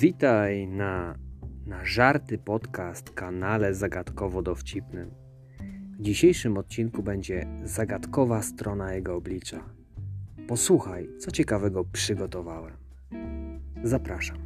Witaj na Żarty Podcast, kanale zagadkowo-dowcipnym. W dzisiejszym odcinku będzie zagadkowa strona jego oblicza. Posłuchaj, co ciekawego przygotowałem. Zapraszam.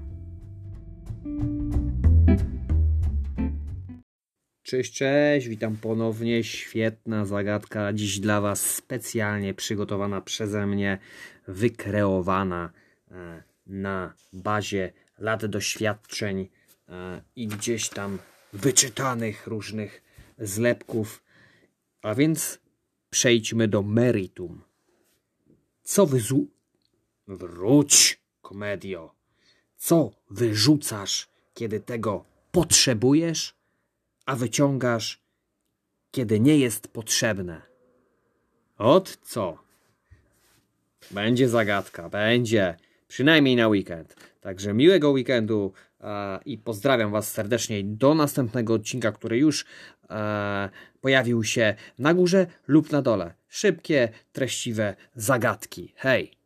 Cześć, witam ponownie. Świetna zagadka dziś dla Was specjalnie przygotowana przeze mnie, wykreowana na bazie lat doświadczeń i gdzieś tam wyczytanych różnych zlepków. A więc przejdźmy do meritum. Wróć, komedio. Co wyrzucasz, kiedy tego potrzebujesz, a wyciągasz, kiedy nie jest potrzebne? Ot co? Będzie zagadka, będzie. Przynajmniej na weekend. Także miłego weekendu i pozdrawiam Was serdecznie do następnego odcinka, który już pojawił się na górze lub na dole. Szybkie, treściwe zagadki. Hej!